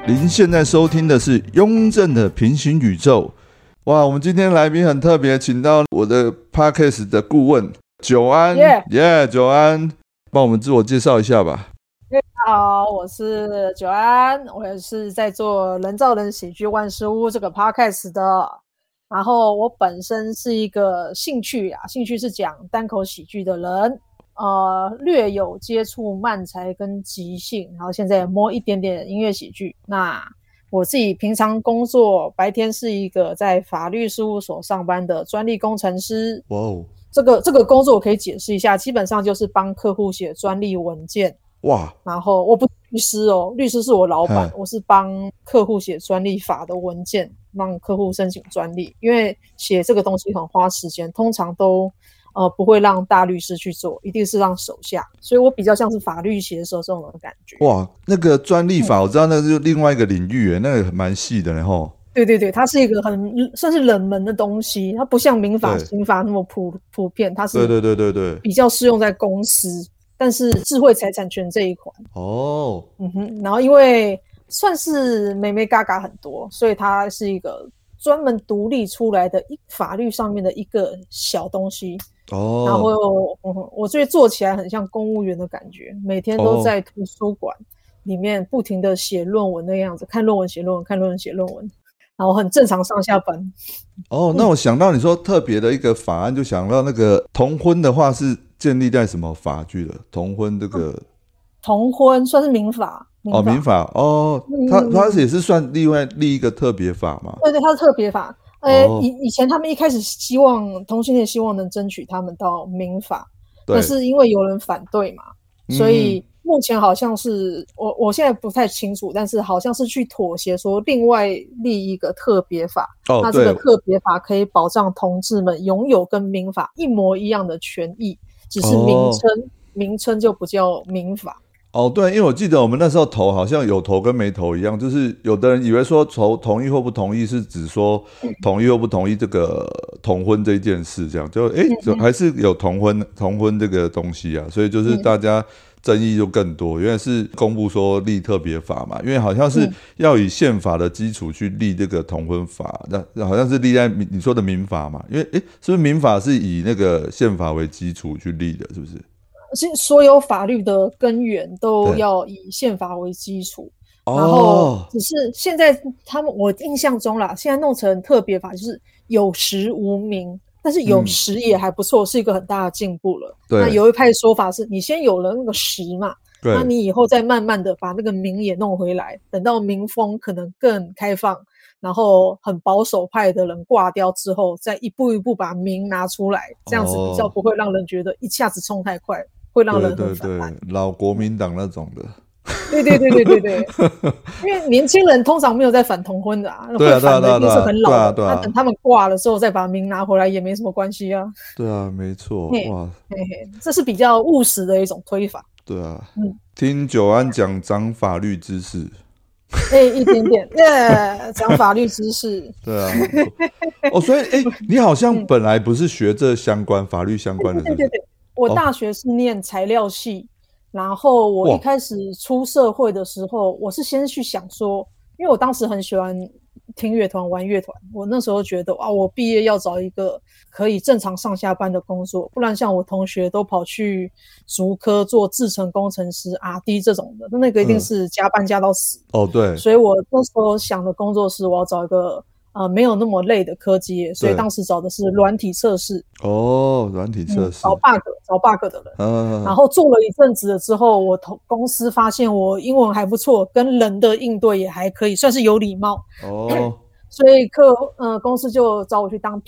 您现在收听的是雍正的平行宇宙。哇，我们今天来宾很特别，请到我的 Podcast 的顾问久安，久安，帮我们自我介绍一下吧。 大家好，我是久安，我也是在做人造人喜剧万事屋这个 Podcast 的。然后我本身是一个兴趣是讲单口喜剧的人，略有接触漫才跟即兴，然后现在也摸一点点音乐喜剧。那我自己平常工作，白天是一个在法律事务所上班的专利工程师。 哇哦， 这个工作我可以解释一下，基本上就是帮客户写专利文件。 哇， 然后我不是律师哦，律师是我老板，我是帮客户写专利法的文件，让客户申请专利。因为写这个东西很花时间，通常都不会让大律师去做，一定是让手下，所以我比较像是法律写手这种的感觉。 哇，那个专利法我知道，那是另外一个领域耶，那个蛮细的呢吼。 对对对，它是一个算是冷门的东西，它不像民法、刑法那么普遍，它是对比较适用在公司。但是智慧财产权这一款然后因为算是眉眉嘎嘎很多，所以它是一个专门独立出来的法律上面的一个小东西。然后我觉得做起来很像公务员的感觉，每天都在图书馆里面不停的写论文那样子，看论文写论文，看论文写论文，然后很正常上下班。 那我想到你说特别的一个法案，就想到那个同婚的话是建立在什么法据的？同婚这个同婚算是民法民法它也是算另外立一个特别法嘛？ 对对，它是特别法。以前他们一开始希望同性恋希望能争取他们到民法，但是因为有人反对嘛，所以目前好像是我现在不太清楚，但是好像是去妥协说另外立一个特别法。那这个特别法可以保障同志们拥有跟民法一模一样的权益，只是名称就不叫民法。 对，因为我记得我们那时候投好像有投跟没投一样，就是有的人以为说同意或不同意是指说同意或不同意这个同婚这件事，这样就还是有同婚这个东西啊，所以就是大家争议就更多。原来是公布说立特别法嘛，因为好像是要以宪法的基础去立这个同婚法，那好像是立在你说的民法嘛，因为是不是民法是以那个宪法为基础去立的，是不是？ 所有法律的根源都要以宪法为基础，然后只是现在我印象中啦，现在弄成特别法就是有实无名，但是有实也还不错，是一个很大的进步了。那有一派说法是你先有了那个实嘛，那你以后再慢慢的把那个名也弄回来，等到民风可能更开放，然后很保守派的人挂掉之后，再一步一步把名拿出来，这样子比较不会让人觉得一下子冲太快，会让人很反感。 老国民党那种的。 对，因为年轻人通常没有在反同婚的会反的一定是很老的，那等他们挂了之后再把名拿回来也没什么关系啊。对啊， 没错，哇， 这是比较务实的一种推法。 对啊，听久安讲长法律知识。 一点点讲法律知识。对啊。 所以你好像本来不是学这相关法律相关的，对， 我大学是念材料系，然后我一开始出社会的时候，我是先去想说，因为我当时很喜欢听乐团玩乐团，我那时候觉得我毕业要找一个可以正常上下班的工作，不然像我同学都跑去竹科做制程工程师 RD 这种的，那个一定是加班加到死。对，所以我那时候想的工作是我要找一个没有那么累的科技业，所以当时找的是软体测试。 软体测试， 找 bug 的人。然后做了一阵子了之后，我公司发现我英文还不错，跟人的应对也还可以，算是有礼貌。所以公司就找我去当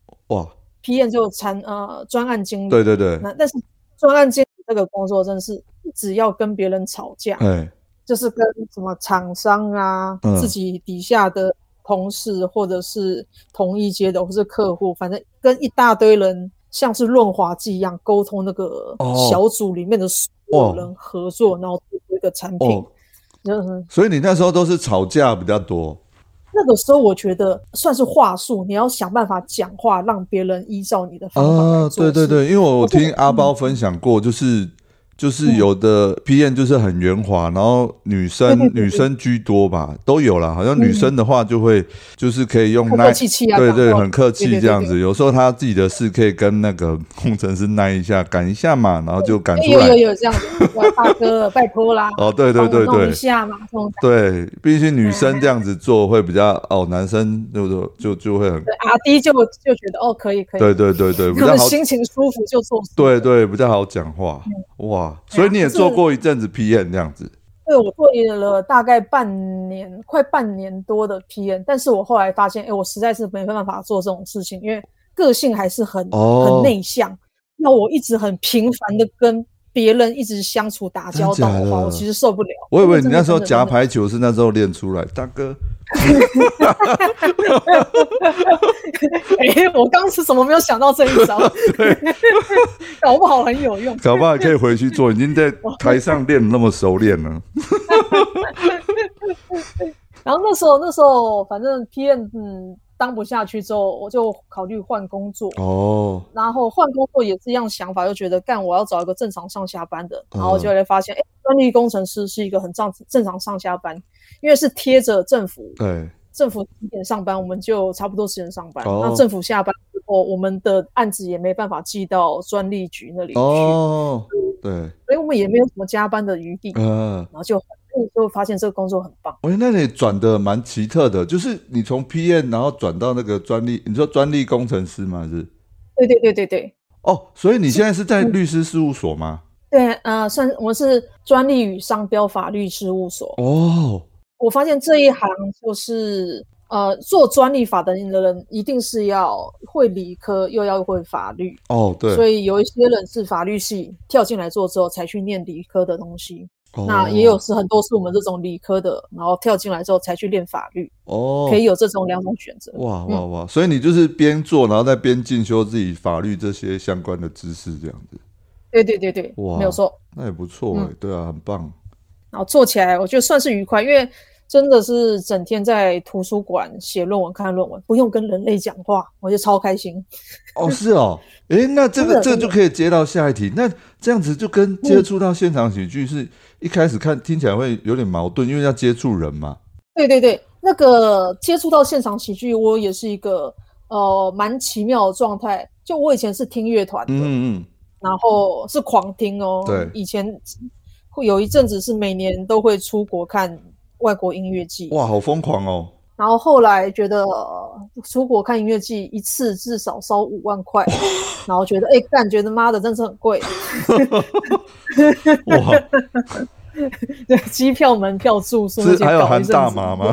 PM。PM 就专案经理。对。但是专案经理这个工作真的是一直要跟别人吵架，就是跟什么厂商自己底下的同事或者是同一阶的或是客户，反正跟一大堆人像是润滑剂一样沟通那个小组里面的所有人合作，然后做一个产品。 所以你那时候都是吵架比较多？ 那个时候我觉得算是话术，你要想办法讲话让别人依照你的方法来做事。 对，因为我听阿包分享过，就是就是有的 PM 就是很圆滑，然后女生居多吧，都有啦。好像女生的话就会就是可以用客气气啊， 对对，很客气这样子。有时候她自己的事可以跟那个工程师耐一下，赶一下嘛，然后就赶出来。 有这样子，大哥拜托啦。 哦，对对对对， 弄一下嘛， 对，毕竟女生这样子做会比较男生就会很阿弟就觉得可以， 对对对对，比较好， 心情舒服就做事。 对对，比较好讲话。哇，所以你也做过一阵子 PM 这样子？ 对，我做了大概快半年多的 PM， 但是我后来发现，我实在是没办法做这种事情，因为个性还是很内向，要我一直很频繁的跟别人一直相处打交道的话，我其实受不了。 我以为你那时候夹排球是那时候练出来，大哥。 我刚是怎么没有想到这一招？搞不好很有用， 搞不好可以回去做，已经在台上练那么熟练了。 然后那时候反正 PM 当不下去之后，我就考虑换工作。然后换工作也是一样想法，就觉得我要找一个正常上下班的，然后就会发现，专利工程师是一个很正常上下班，因为是贴着政府，对，政府几点上班，我们就差不多时间上班。那政府下班之后，我们的案子也没办法寄到专利局那里去。 对， 所以我们也没有什么加班的余地。然后就发现这个工作很棒。 那你转的蛮奇特的，就是你从 PM 然后转到那个专利，你说专利工程师吗？是？ 对。 所以你现在是在律师事务所吗？ 对，我们是专利与商标法律事务所。我发现这一行就是做专利法的人一定是要会理科又要会法律。 对， 所以有一些人是法律系跳进来做之后才去念理科的东西。那也有很多是我们这种理科的，然后跳进来之后才去练法律。可以有这种两种选择。 哇！所以你就是边做，然后再边进修自己法律这些相关的知识，这样子。 对，没有错。 那也不错对啊，很棒。 然后做起来我觉得算是愉快，因为真的是整天在图书馆写论文、看论文，不用跟人类讲话，我就超开心。 是那这个就可以接到下一题。那这样子就跟接触到现场喜剧是一开始听起来会有点矛盾，因为要接触人嘛。 对，那个接触到现场喜剧，我也是一个蛮奇妙的状态。就我以前是听乐团的，然后是狂听对， 以前会有一阵子是每年都会出国看外国音乐季。 哇，好疯狂然后后来觉得出国看音乐季一次至少烧5万块，然后觉得觉得妈的真是很贵。 哇， 对，机票、门票、住宿那些还有含大麻吗？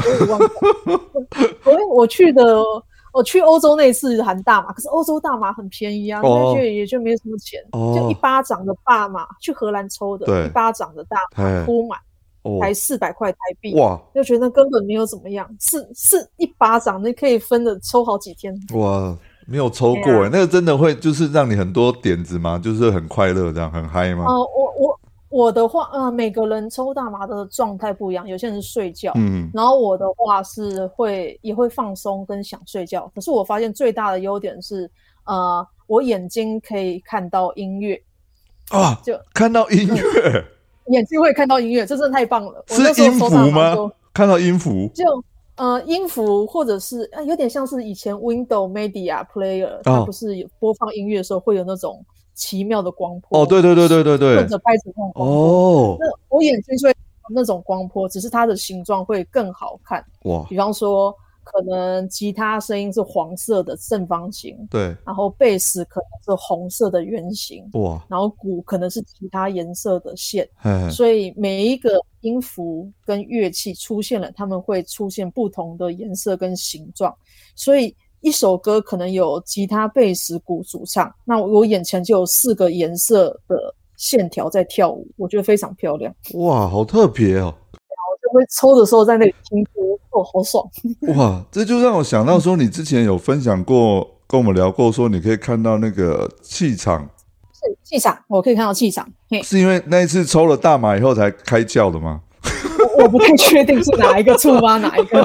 我去欧洲那一次含大麻，可是欧洲大麻很便宜啊，也就没什么钱，就一巴掌的大麻，去荷兰抽的，一巴掌的大麻铺满。才400块台币，哇！就觉得根本没有怎么样，是一巴掌，你可以分的抽好几天。 哇，没有抽过那个真的会就是让你很多点子吗？就是很快乐这样，很嗨吗？ 我的话，每个人抽大麻的状态不一样，有些人是睡觉，然后我的话是也会放松跟想睡觉。可是我发现最大的优点是，我眼睛可以看到音乐就看到音乐。 眼睛会看到音乐，这真的太棒了。 是音符吗？看到音符就音符，或者是有点像是以前 Windows Media Player，它不是有播放音乐的时候会有那种奇妙的光波。 对，顺着拍子那种光波。那我眼睛就会那种光波，只是它的形状会更好看。哇！比方说，可能吉他声音是黄色的正方形， 对， 然后贝斯可能是红色的圆形，哇，然后鼓可能是其他颜色的线，所以每一个音符跟乐器出现了，它们会出现不同的颜色跟形状，所以一首歌可能有吉他、贝斯、鼓主唱，那我眼前就有4个颜色的线条在跳舞，我觉得非常漂亮。 哇，好特别哦！ 我就会抽的时候在那里听歌。好爽！ 哇，这就让我想到说，你之前有分享过，跟我们聊过，说你可以看到那个气场。 是气场，我可以看到气场。 是因为那一次抽了大麻以后才开窍的吗？ 我不太确定是哪一个触发哪一个。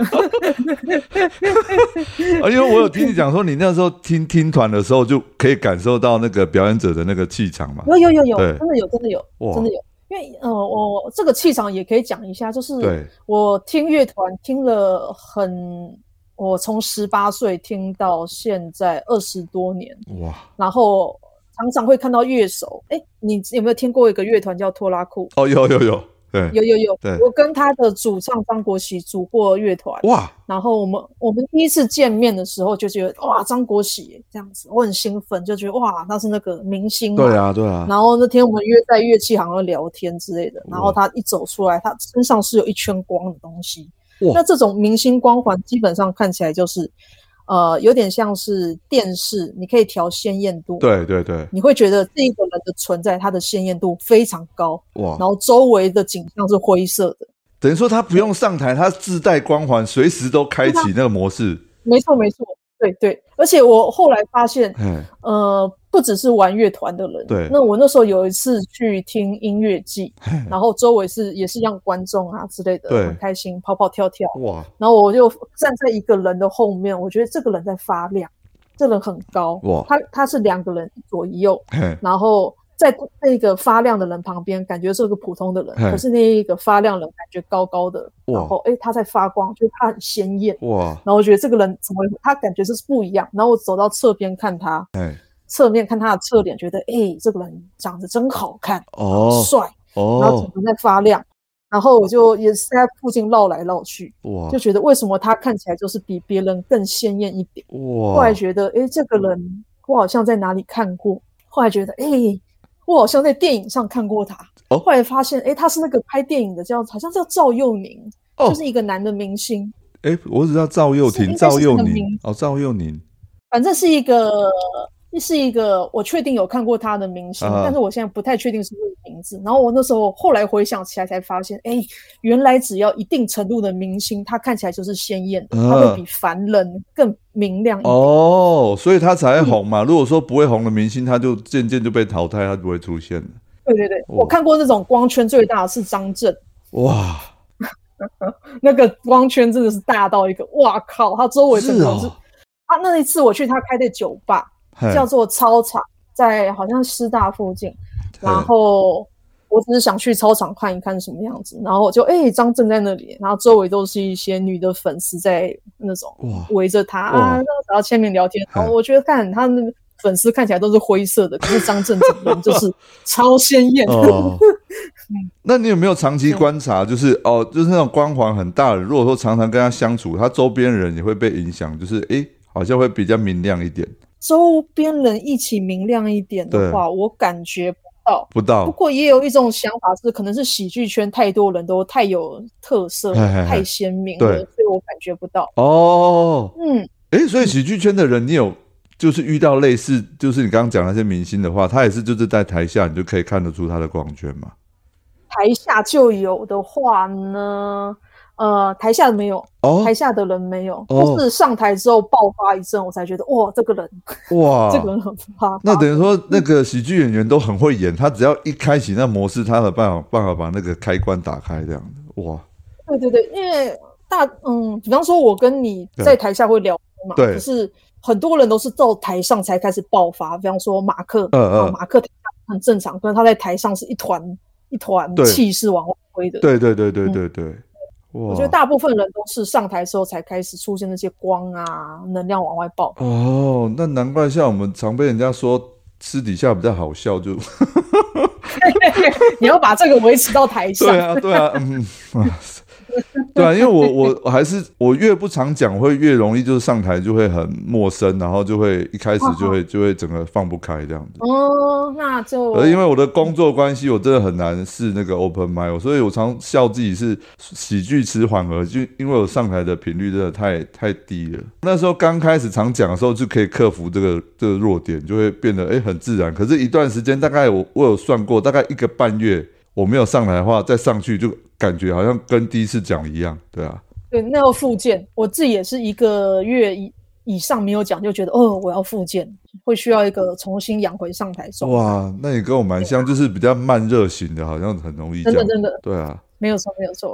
因为我有听你讲说，你那时候听团的时候就可以感受到那个表演者的那个气场嘛。 有，真的有，真的有。因为我这个气场也可以讲一下，就是我听乐团听了我从18岁听到现在20多年，哇！然后常常会看到乐手，你有没有听过一个乐团叫拖拉库？ 哦，有，对， 有，我跟他的主唱张国喜组过乐团，哇！然后我们第一次见面的时候就觉得，哇，张国喜这样子，我很兴奋，就觉得哇，他是那个明星嘛， 对啊。 然后那天我们约在乐器行聊天之类的，然后他一走出来，他身上是有一圈光的东西。那这种明星光环基本上看起来就是有点像是电视，你可以调鲜艳度， 对， 你会觉得这一个人的存在，他的鲜艳度非常高，哇！然后周围的景象是灰色的， 等于说他不用上台，他自带光环，随时都开启那个模式。 没错，对，而且我后来发现，不只是玩乐团的人，对，那我那时候有一次去听音乐季，然后周围也是让观众啊之类的，很开心，跑跑跳跳，哇！然后我就站在一个人的后面，我觉得这个人在发亮，这人很高，哇！他是2个人左右，然后在那个发亮的人旁边，感觉是个普通的人，可是那一个发亮人感觉高高的，然后他在发光，就是他很鲜艳，哇！然后我觉得这个人怎么他感觉就是不一样，然后我走到侧边看他，侧面看他的侧脸，觉得这个人长得真好看，帅，然后整个在发亮，然后我就也是在附近绕来绕去，哇，就觉得为什么他看起来就是比别人更鲜艳一点，哇！后来觉得这个人我好像在哪里看过，后来觉得我好像在电影上看过他，后来发现他是那个拍电影的好像叫赵又宁，就是一个男的明星， 我只知道赵又廷，赵又宁， 反正是一个我确定有看过他的明星，但是我现在不太确定是不是名字。然后我那时候后来回想起来才发现，原来只要一定程度的明星，他看起来就是鲜艳的，他会比凡人更明亮一点。 所以他才红嘛。如果说不会红的明星，他就渐渐就被淘汰，他不会出现了。 对，我看过那种光圈最大的是张震，哇，那个光圈真的是大到一个，哇靠，他周围整个是他那一次我去他开的酒吧。叫做操场，在好像师大附近，然后我只是想去操场看一看什么样子，然后就张震在那里，然后周围都是一些女的粉丝在那种围着他然后签名聊天，然后我觉得看他那粉丝看起来都是灰色的，可是张震整个人就是超鲜艳那你有没有长期观察，就是那种光环很大的，如果说常常跟他相处，他周边人也会被影响，就是好像会比较明亮一点。 周边人一起明亮一点的话，我感觉不到。不过也有一种想法是，可能是喜剧圈太多人都太有特色，太鲜明了，所以我感觉不到。 所以喜剧圈的人，你有就是遇到类似，就是你刚刚讲那些明星的话，他也是就是在台下，你就可以看得出他的光圈嘛。 台下就有的话呢？台下没有，台下的人没有，就是上台之后爆发一阵，我才觉得哇，这个人这个人很怕。 那等于说那个喜剧演员都很会演，他只要一开启那模式，他有办法把那个开关打开这样的。哇， 对，因为比方说我跟你在台下会聊天嘛，可是很多人都是到台上才开始爆发，比方说马克，马克很正常，可是他在台上是一团气势往外挥的。 对。 我觉得大部分人都是上台之后才开始出现那些光啊，能量往外爆。 那难怪像我们常被人家说私底下比较好笑，就你要把这个维持到台上。 对啊，对啊，因为我还是我越不常讲，会越容易就是上台就会很陌生，然后就会一开始就会整个放不开这样子。 那就因为我的工作关系，我真的很难是那个 open mic， 所以我常笑自己是喜剧迟缓儿，就因为我上台的频率真的太低了。那时候刚开始常讲的时候，就可以克服这个弱点，就会变得很自然。可是一段时间，大概我有算过，大概1个半月。我没有上来的话，再上去就感觉好像跟第一次讲一样，对啊。 对，那要复健，我自己也是1个月以上没有讲，就觉得我要复健，会需要一个重新养回上台状态。 哇，那你跟我蛮像，就是比较慢热型的，好像很容易这样。 真的， 对啊， 没有错。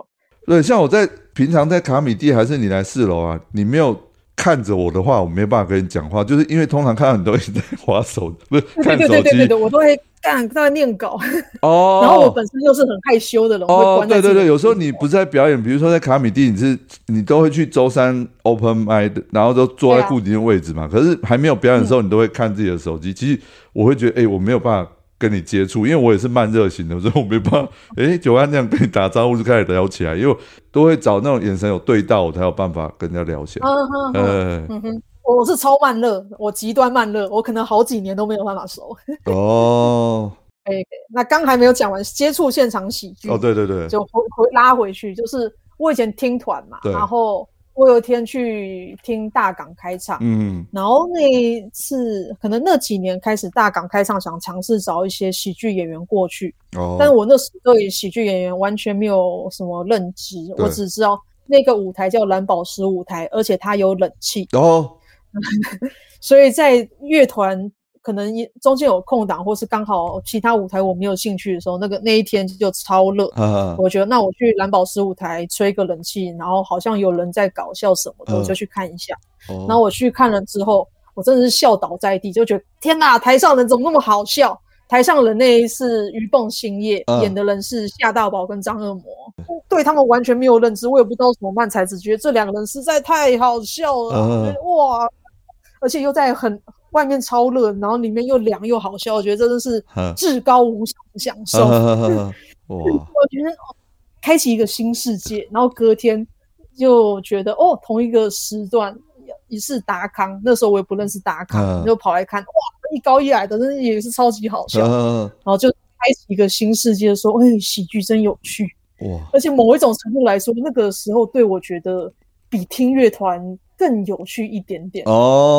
对，像我平常在卡米地还是你来4楼啊，你没有看着我的话，我没办法跟你讲话，就是因为通常看到你都一直在滑手，不是看手机。 对，我都会在念稿。哦。然后我本身又是很害羞的人，我会关在对，有时候你不是在表演，比如说在卡米地，你都会去周3 open mic， 然后都坐在固定的位置嘛。可是还没有表演的时候，你都会看自己的手机。其实我会觉得，我没有办法跟你接触，因为我也是慢热型的，所以我没办法，久安那样跟你打招呼就开始聊起来，因为我都会找那种眼神有对到，我才有办法跟人家聊起来。 我是超慢热，我极端慢热，我可能好几年都没有办法熟。 哦。 那刚还没有讲完接触现场喜剧。 对， 就拉回去，就是我以前听团嘛，然后我有一天去听大港开唱，然后那一次可能那几年开始大港开唱想尝试找一些喜剧演员过去，但是我那时对喜剧演员完全没有什么认知，我只知道那个舞台叫蓝宝石舞台，而且它有冷气，所以在乐团可能中间有空档，或是刚好其他舞台我没有兴趣的时候，那一天就超热。我觉得那我去蓝宝石舞台吹个冷气，然后好像有人在搞笑什么的，我就去看一下。然后我去看了之后，我真的是笑倒在地，就觉得天哪，台上人怎么那么好笑？台上人那是鱼蹦兴业，演的人是夏大宝跟张恶魔，对他们完全没有认知，我也不知道什么漫才，只觉得这两个人实在太好笑了，哇！而且又在外面超热，然后里面又凉又好笑，我觉得真的是至高无上的享受。我觉得开启一个新世界，然后隔天就觉得同一个时段也是达康，那时候我也不认识达康，就跑来看，哇，一高一矮的，真的也是超级好笑。然后就开启一个新世界，说喜剧真有趣。哇！而且某一种程度来说，那个时候对我觉得比听乐团更有趣一点点。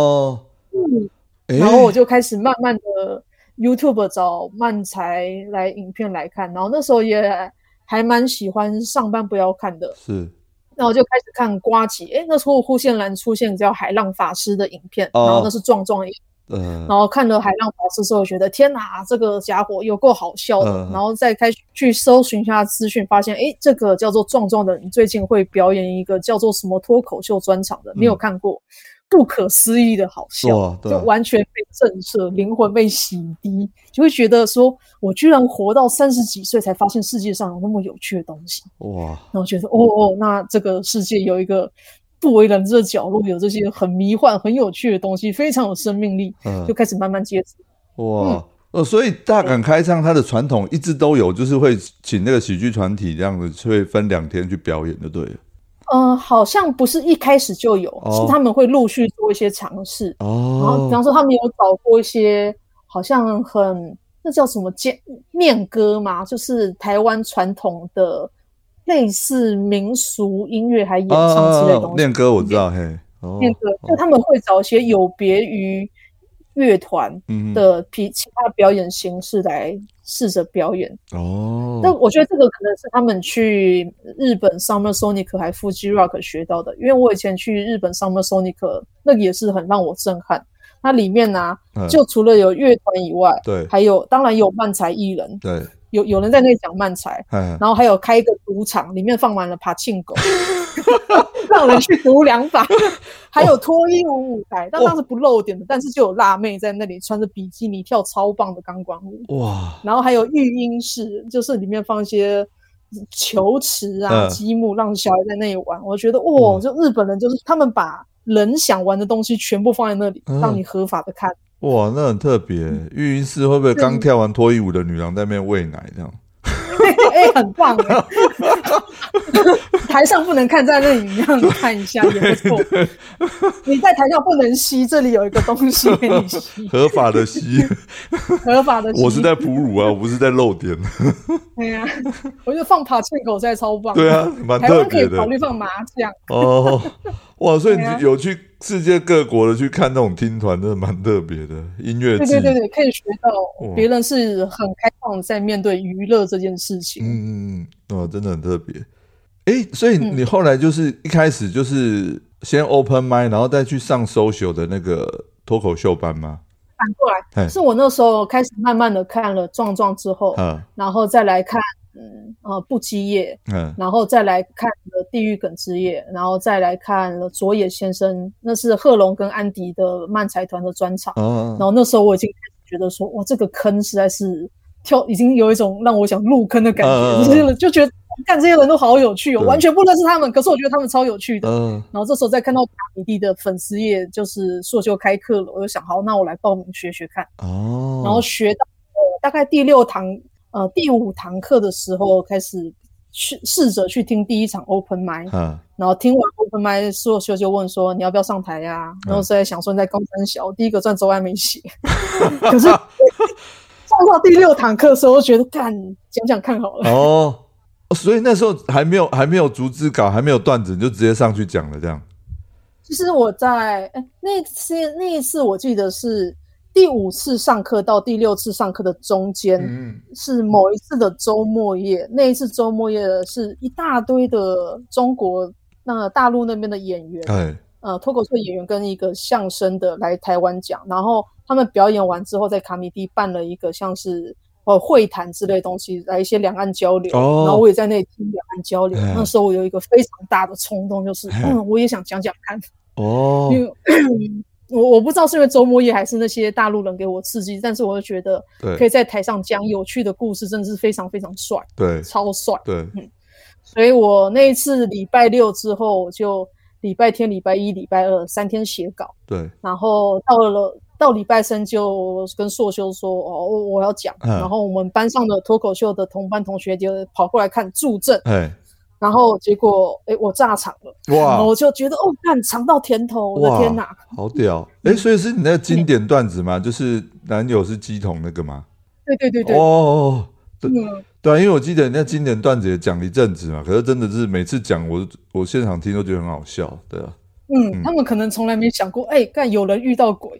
然后我就开始慢慢的 YouTube 找漫才影片来看，然后那时候也还蛮喜欢上班不要看的，是。然后就开始看呱吉，那时候忽线栏出现叫海浪法师的影片，然后那是壮壮演。然后看了海浪法师之后觉得天哪，这个家伙有够好笑的，然后再开始去搜寻一下资讯，发现这个叫做壮壮的人最近会表演一个叫做什么脱口秀专场的，没有看过，不可思议的好笑，就完全被震慑，灵魂被洗涤，就会觉得说我居然活到30几岁才发现世界上有那么有趣的东西，哇！然后觉得那这个世界有一个不为人知的角落，有这些很迷幻很有趣的东西，非常有生命力，就开始慢慢接触。 哇！所以大港开唱它的传统一直都有，就是会请那个喜剧团体这样子，会分2天去表演就对了。 好像不是一开始就有，是他们会陆续做一些尝试。然后比方说他们有找过一些好像那叫什么念歌嘛，就是台湾传统的类似民俗音乐还演唱之类的东西。 念歌我知道， 念歌就他们会找一些有别于乐团的其他表演形式来试着表演。但我觉得这个可能是他们去日本 Summer Sonic 还 Fuji Rock 学到的，因为我以前去日本 Summer Sonic 那个也是很让我震撼。它里面就除了有乐团以外，还有当然有漫才艺人，有人在那里讲漫才，然后还有开一个赌场，里面放满了爬庆狗，让人去赌2把，还有脱衣舞台，但当时不露点的，但是就有辣妹在那里穿着比基尼跳超棒的钢管舞，哇！然后还有育婴室，就是里面放一些球池积木，让小孩在那里玩。我觉得就日本人就是他们把人想玩的东西全部放在那里，让你合法的看。 哇，那很特别。育婴室会不会刚跳完脱衣舞的女郎在那边喂奶这样？ 很棒台上不能看，在那里让你看一下也不错。你在台上不能吸，这里有一个东西给你吸， 合法的吸， 合法的吸。 我是在哺乳啊，我不是在露点。 对啊，我觉得放爬庆狗实在超棒。 对啊，蛮特别的。台湾可以考虑放麻将。 哇，所以你有去世界各国的去看那种听团，真的蛮特别的音乐季。 对，可以学到别人是很开放在面对娱乐这件事情。 真的很特别。所以你后来就是一开始就是先 open mic， 然后再去上 social 的那个脱口秀班吗？ 反过来，是我那时候开始慢慢的看了壮壮之后，然后再来看不羁夜，然后再来看了地狱梗之夜，然后再来看了佐野先生，那是贺龙跟安迪的漫才团的专场，然后那时候我已经觉得说，哇，这个坑实在是已经有一种让我想入坑的感觉，就觉得看这些人都好有趣哦，完全不认识他们，可是我觉得他们超有趣的。然后这时候再看到卡米蒂的粉丝页，就是硕修开课了，我就想，好，那我来报名学学看。然后学到大概第5堂课的时候，开始试着去听第一场 open mic，然后听完 open mic，硕修就问说你要不要上台呀？然后是在想说你在高三小，第一个传周还没写，可是上到第6堂课的时候，我觉得干讲讲看好了。 所以那时候还没有逐字稿，还没有段子，你就直接上去讲了这样。 其实我在那一次我记得是第5次上课到第6次上课的中间，是某一次的周末夜。那一次周末夜是一大堆的中国大陆那边的演员，脱口秀演员跟一个相声的来台湾讲，然后他们表演完之后，在卡米蒂办了一个像是会谈之类的东西，来一些两岸交流，然后我也在那里听两岸交流。那时候我有一个非常大的冲动，就是我也想讲讲看。因为我不知道是因为周末夜还是那些大陆人给我刺激，但是我就觉得可以在台上讲有趣的故事，真的是非常非常帅，对，超帅，对，所以我那一次礼拜6之后，就礼拜天、礼拜1、礼拜2 3天写稿，对，然后到礼拜3就跟硕修说我要讲，然后我们班上的脱口秀的同班同学就跑过来看助阵，然后结果我炸场了，哇！然后我就觉得干尝到甜头，我的天哪， 好屌！所以是你那个经典段子吗？就是男友是鸡桶那个吗？ 对， 对啊，因为我记得你那经典段子也讲一阵子嘛，可是真的是每次讲我现场听都觉得很好笑，对啊。 他们可能从来没想过，干有人遇到鬼。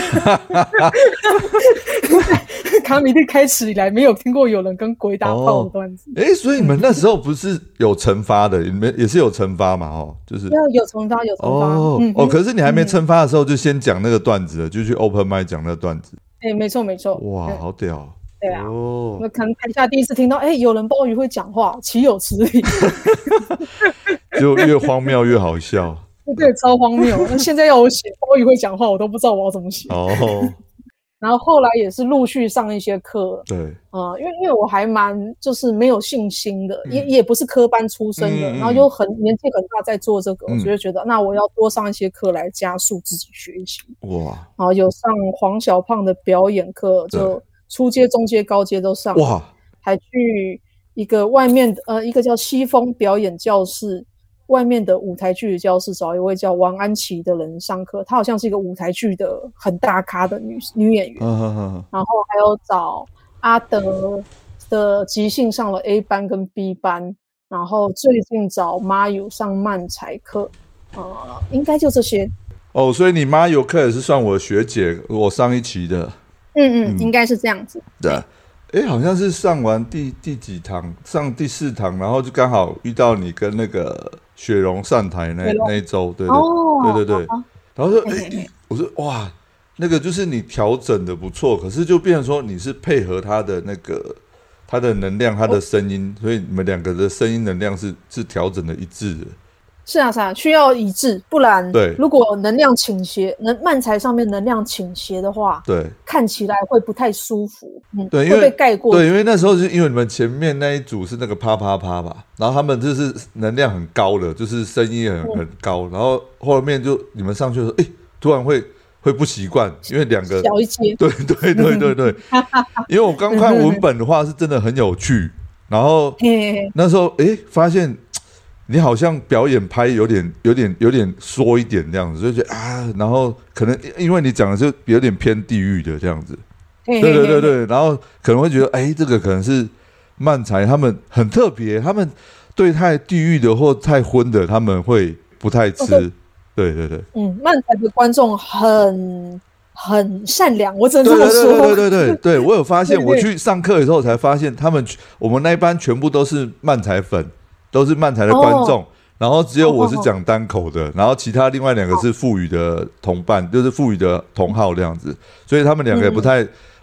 卡米蒂开始以来没有听过有人跟鬼打炮的段子。 所以你们那时候不是有惩罚的，你们也是有惩罚嘛？就是有惩罚。 可是你还没惩罚的时候，就先讲那个段子了，就去 open mic 讲那个段子。 没错。 哇，好屌！ 对啊，我可能台下第一次听到，有人鲍鱼会讲话，岂有此理！ 就越荒谬越好笑。 对，超荒谬。那现在要我写鲍鱼会讲话，我都不知道我要怎么写。然后后来也是陆续上一些课，对，因为我还蛮就是没有信心的，也不是科班出身的，然后又年纪很大在做这个，我就会觉得那我要多上一些课来加速自己学习。哇！然后有上黄小胖的表演课，就初阶、中阶、高阶都上。哇！还去一个外面的一个叫西风表演教室。外面的舞台剧的教室找一位叫王安琪的人上课，她好像是一个舞台剧的很大咖的女演员，然后还有找阿德的即兴上了 A 班跟 B 班，然后最近找妈友上漫才课，应该就这些。 所以你妈友课也是算我的学姐，我上一期的。 应该是这样子。 对。好像是上完第几堂，上第4堂，然后就刚好遇到你跟那个雪蓉上台那一周，对。然后说，我说哇，那个就是你调整的不错，可是就变成说你是配合他的那个他的能量，他的声音，所以你们两个的声音能量是调整的一致的。 是啊，需要一致，不然如果能量倾斜，漫才上面能量倾斜的话，对，看起来会不太舒服，对，会被盖过。 对，因为那时候是因为你们前面那一组是那个啪啪啪吧，然后他们就是能量很高的，就是声音很高，然后后面就你们上去的时候，突然会不习惯，因为两个小一阶， 对，因为我刚看文本的话是真的很有趣，然后那时候发现。你好像表演拍有点缩一点这样子，就觉得然后可能因为你讲的就有点偏地狱的这样子，对，然后可能会觉得这个可能是漫才他们很特别，他们对太地狱的或太荤的他们会不太吃，对， 漫才的观众很善良，我只能这么说。 对，我有发现，我去上课的时候才发现，我们那一班全部都是漫才粉。都是漫才的观众，然后只有我是讲单口的，然后其他另外2个是腹语的同伴，就是腹语的同号这样子，所以他们2个也不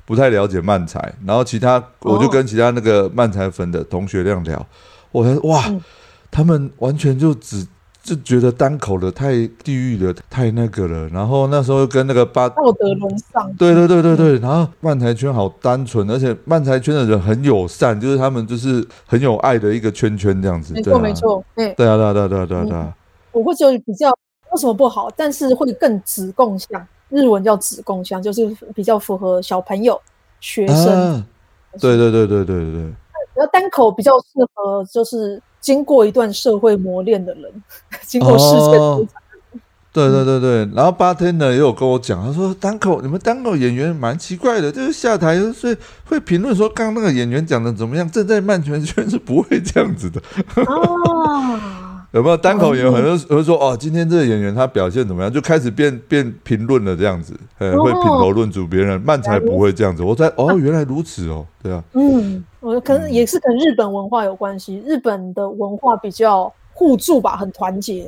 不太了解漫才，然后我就跟其他那个漫才粉的同学这样聊，我还哇，他们完全就觉得单口的太地狱了，太那个了。然后那时候跟那个道德沦丧， 对，然后漫才圈好单纯，而且漫才圈的人很友善，就是他们就是很有爱的一个圈这样子。 没错，对啊。 我会觉得比较有什么不好，但是会更子贡像，日文叫子贡像，就是比较符合小朋友、学生。 对。 然后单口比较适合就是经过一段社会磨练的人，经过世界摧残的人。 对，然后bartender也有跟我讲，他说你们单口演员蛮奇怪的，就是下台所以会评论说刚刚那个演员讲的怎么样，正在漫才圈是不会这样子的。有没有单口演员很多会说今天这个演员他表现怎么样，就开始变评论了这样子，会品头论足别人，漫才不会这样子。我原来如此对啊。 我可能也是跟日本文化有关系，日本的文化比较互助吧，很团结。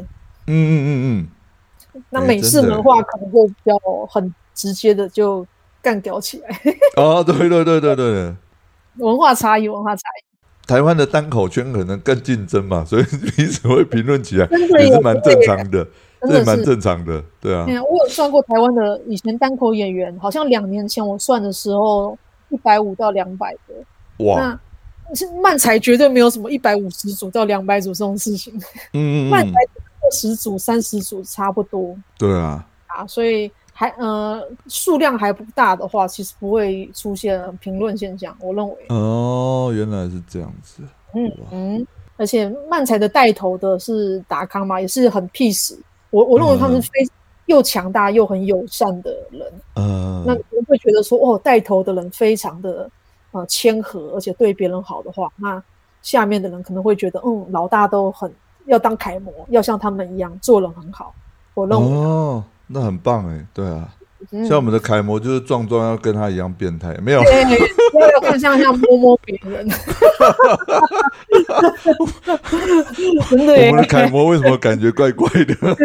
那美式文化可能就比较很直接的就干掉起来。 对， 文化差异。 台湾的单口圈可能更竞争嘛，所以彼此会评论起来也是蛮正常的，这也蛮正常的，对啊。 我有算过台湾的以前单口演员，好像2年前我算的时候150到200个。哇！那漫才绝对没有什么150组到200组这种事情。漫才20组30组差不多。 对啊。 所以数量还不大的话，其实不会出现评论现象，我认为。 原来是这样子。 而且漫才的带头的是达康嘛，也是很 peace。我认为他们又强大又很友善的人。那你会觉得说，带头的人非常的谦和，而且对别人好的话，那下面的人可能会觉得，老大都很要当楷模，要像他们一样做人很好。我认为那很棒对啊。像我们的楷模就是壮要跟他一样变态，没有？ 要更像摸别人。真的我们的楷模为什么感觉怪怪的？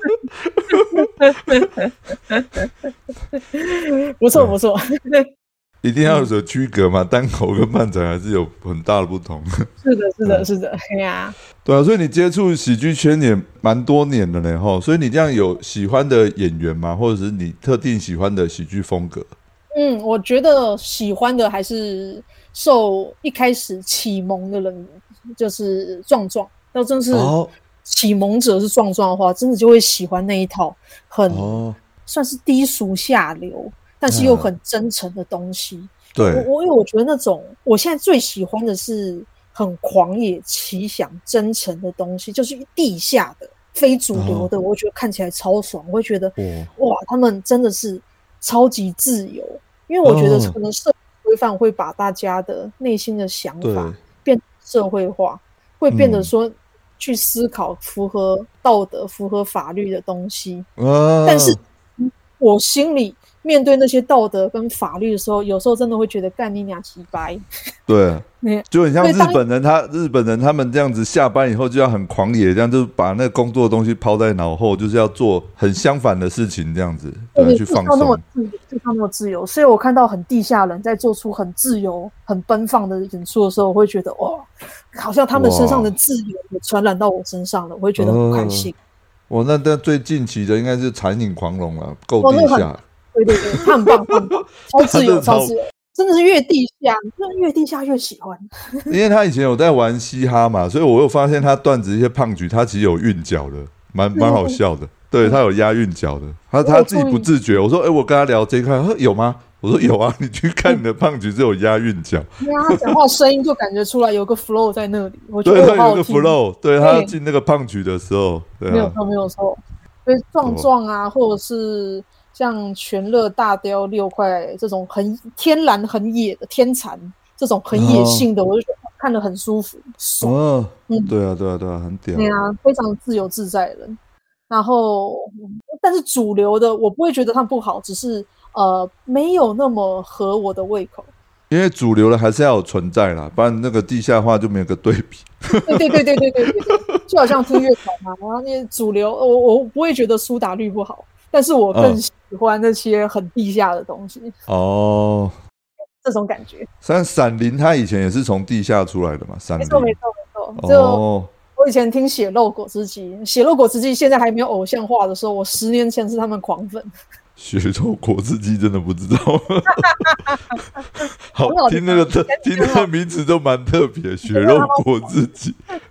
不错。 一定要有所区隔嘛，单口跟漫才还是有很大的不同。 是的， 对啊，所以你接触喜剧圈也蛮多年的呢，所以你这样有喜欢的演员吗？或者是你特定喜欢的喜剧风格？ 我觉得喜欢的还是受一开始启蒙的人，就是壮，要真是启蒙者是壮的话，真的就会喜欢那一套很算是低俗下流。但是又很真诚的东西。 对， 因为我觉得那种我现在最喜欢的是很狂野奇想真诚的东西，就是地下的非主流的，我觉得看起来超爽。我会觉得哇，他们真的是超级自由。因为我觉得可能社会规范会把大家的内心的想法变社会化，会变得说去思考符合道德符合法律的东西。但是我心里面对那些道德跟法律的时候，有时候真的会觉得干你娘鸡掰。 对，就很像日本人他们这样子，下班以后就要很狂野，这样就把那个工作的东西抛在脑后，就是要做很相反的事情，这样子对，去放松。 就那么自由，所以我看到很地下人在做出很自由、很奔放的演出的时候，我会觉得哇，好像他们身上的自由也传染到我身上了，我会觉得很开心。 那最近期的应该是残影狂龙了，够地下。 对，他很棒，超自由，真的是越地下越喜欢。 因为他以前有在玩嘻哈嘛，所以我有发现他段子一些胖曲，他其实有韵脚的，蛮好笑的。对，他有押韵脚的，他自己不自觉。我说，我跟他聊这一块，他说有吗？我说有啊，你去看你的胖曲是有押韵脚。 对啊，他讲话声音就感觉出来有个 flow 在那里。我觉得他有个 flow， 对他进那个胖曲的时候，对没有错。所以壮啊，或者是像全乐大雕6块这种很天然很野的天蚕，这种很野性的，我就觉得看得很舒服爽。 对啊，很屌。 对啊，非常自由自在的人。然后但是主流的我不会觉得他们不好，只是没有那么合我的胃口。 因为主流的还是要有存在啦，不然那个地下化就没有个对比。 对，就好像听乐团嘛，然后那些主流，我不会觉得苏打绿不好，但是我更喜欢那些很地下的东西。 这种感觉。 闪灵他以前也是从地下出来的嘛，闪灵。 没错。就我以前听血肉果汁机，血肉果汁机现在还没有偶像化的时候，我10年前是他们狂粉。 血肉果汁机真的不知道。好，听那个名字都蛮特别，血肉果汁机。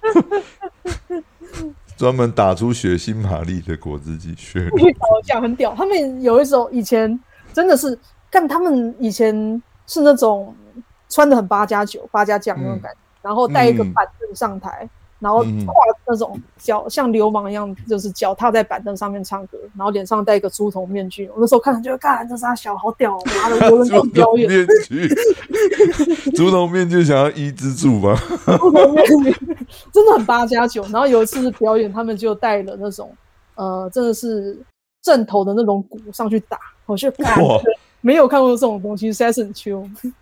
专门打出血腥玛丽的果汁机，血肉。 去搞一下很屌，他们有一首以前真的是干，他们以前是那种穿的很8+9、8+酱那种感觉，然后带一个板凳上台。然后跨那种脚像流氓一样，就是脚踏在板凳上面唱歌，然后脸上戴一个猪头面具。我那时候看了觉得，干这傻小好屌，妈的，有人这样表演。 猪头面具想要医之助吗？ 猪头面具真的很8+9。然后有一次表演，他们就带了那种真的是正头的那种鼓上去打，我就看。没有看过这种东西，实在是很秋。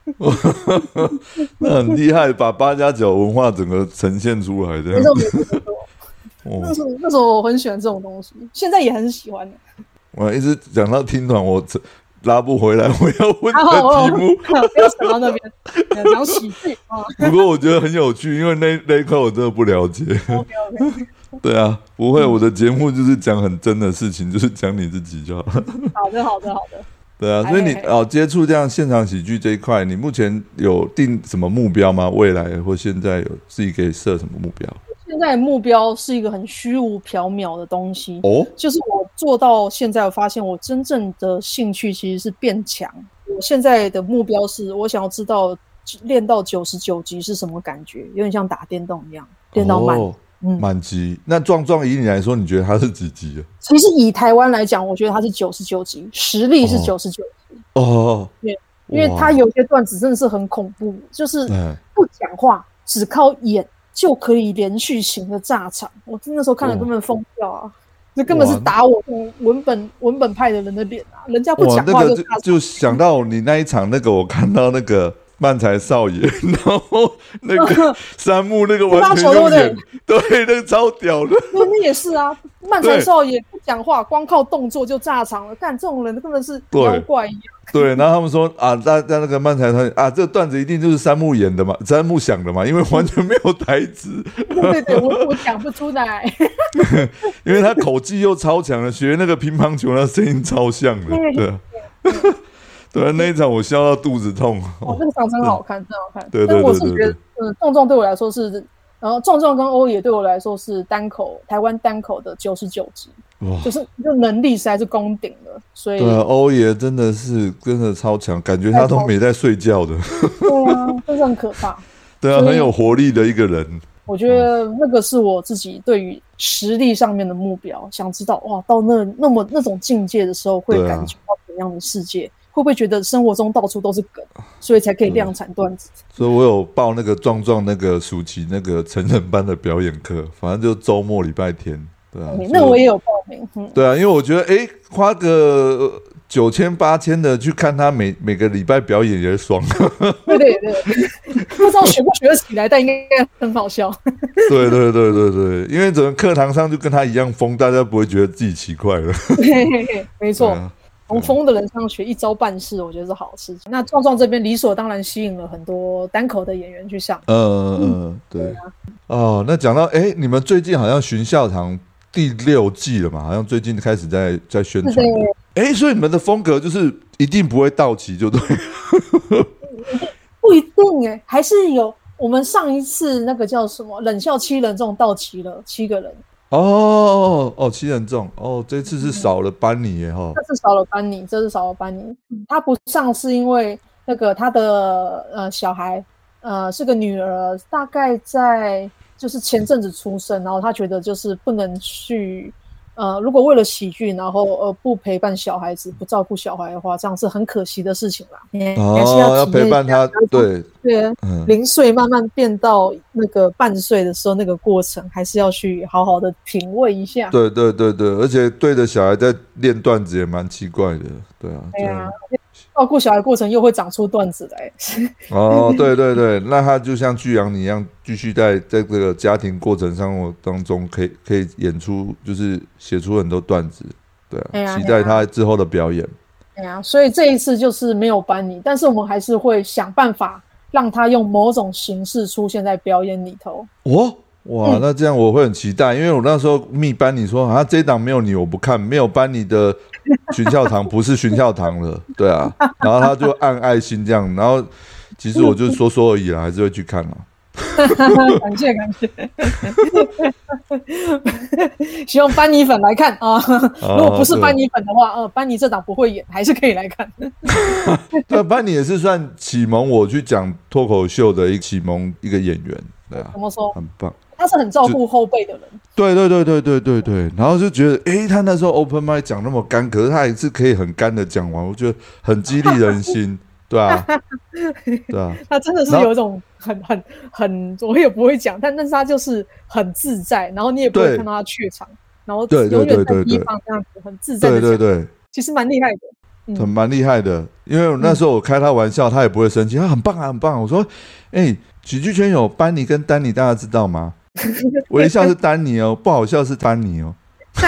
那很厉害，把8+9文化整个呈现出来的。 那时候我很喜欢这种东西，现在也很喜欢的。 我一直讲到听团，我拉不回来，我要问的题目。 不要扯到那边，讲喜剧啊。 不过我觉得很有趣，因为那一块我真的不了解。 OK。 对啊，不会，我的节目就是讲很真的事情，就是讲你自己就好。 好的。 对啊，所以你接触这样现场喜剧这一块，你目前有定什么目标吗？未来或现在有自己给设什么目标？ 现在目标是一个很虚无缥缈的东西就是我做到现在，我发现我真正的兴趣其实是变强。我现在的目标是我想要知道练到99级是什么感觉，有点像打电动一样，练到满级。那壮以你来说，你觉得他是几级啊？ 其实以台湾来讲，我觉得他是99级，实力是99级。因为他有些段子真的是很恐怖，就是不讲话，只靠演就可以连续型的炸场。我那时候看了根本疯掉啊！这根本是打我文本派的人的脸啊！人家不讲话就想到你那一场那个，我看到那个。漫才少爷，然后那个山木那个完全用演，对，那个超屌的。 那也是啊，漫才少爷不讲话，光靠动作就炸场了。干这种人根本是妖怪一样。 对，然后他们说啊，在那个漫才团啊，这个段子一定就是山木演的嘛，山木想的嘛，因为完全没有台词。 对，我讲不出来。 因为他口技又超强的，学那个乒乓球，那声音超像的，对。对，那一场我笑到肚子痛。 那个场真好看，真好看。 对。 但我是觉得，壮壮对我来说是，然后壮壮跟欧野对我来说是台湾单口的99级，就能力实在是攻顶了。所以对，欧野真的超强，感觉他都没在睡觉的。 对啊，真是很可怕。 对啊，很有活力的一个人。 我觉得那个是我自己对于实力上面的目标，想知道哇，到那种境界的时候会感觉到怎样的世界。会不会觉得生活中到处都是梗，所以才可以量产段子？ 所以我有报那个壮那个暑期那个成人班的表演课，反正就周末礼拜天，对啊。 那我也有报名。 对啊，因为我觉得花个9000、8000的去看他每个礼拜表演也爽。 对，不知道学不学得起来，但应该很好笑。 对，因为整个课堂上就跟他一样疯，大家不会觉得自己奇怪了。 没错。从疯的人上学一招半式，我觉得是好事情。那壮壮这边理所当然吸引了很多单口的演员去上。 对啊。那讲到你们最近好像巡校堂第6季了嘛？好像最近开始在宣传。所以你们的风格就是一定不会到期，就对。 不一定还是有。我们上一次那个叫什么冷笑7人众到齐了7个人。 7人众这次是少了班尼耶哈。 这次少了班尼，他不上是因为那个他的小孩是个女儿，大概在就是前阵子出生，然后他觉得就是不能去如果为了喜剧，然后不陪伴小孩子，不照顾小孩的话，这样是很可惜的事情啦。还是要陪伴他，对 ，0岁慢慢变到那个半岁的时候，那个过程还是要去好好的品味一下。 对，而且对着小孩在练段子也蛮奇怪的，对啊。 照顾小孩过程又会长出段子来。 对，那他就像巨阳你一样，继续在这个家庭过程生活当中，可以演出，就是写出很多段子，对啊。期待他之后的表演。 对啊，所以这一次就是没有班你，但是我们还是会想办法让他用某种形式出现在表演里头。 哇，那这样我会很期待，因为我那时候密班你说这一档没有你我不看，没有班你的巡校堂不是巡校堂了，对啊，然后他就按爱心这样，然后其实我就说而已啦，还是会去看啦。 感谢希望班尼粉来看啊！如果不是班尼粉的话，班尼这档不会演，还是可以来看。 对，班尼也是算启蒙我去讲脱口秀的启蒙一个演员，对啊， 怎么说？ 很棒。 他是很照顾后辈的人。 对，然后就觉得，他那时候 open mic 讲那么干，可是他也是可以很干的讲完，我觉得很激励人心。对啊， 他真的是有一种很，我也不会讲，但是他就是很自在，然后你也不会看到他怯场，然后永远在地方这样子很自在的讲，对，其实蛮厉害的， 蛮厉害的。因为那时候我开他玩笑，他也不会生气，他很棒啊，很棒。我说，喜剧圈有班尼跟丹尼，大家知道吗？微笑是丹尼哦，不好笑是班尼哦。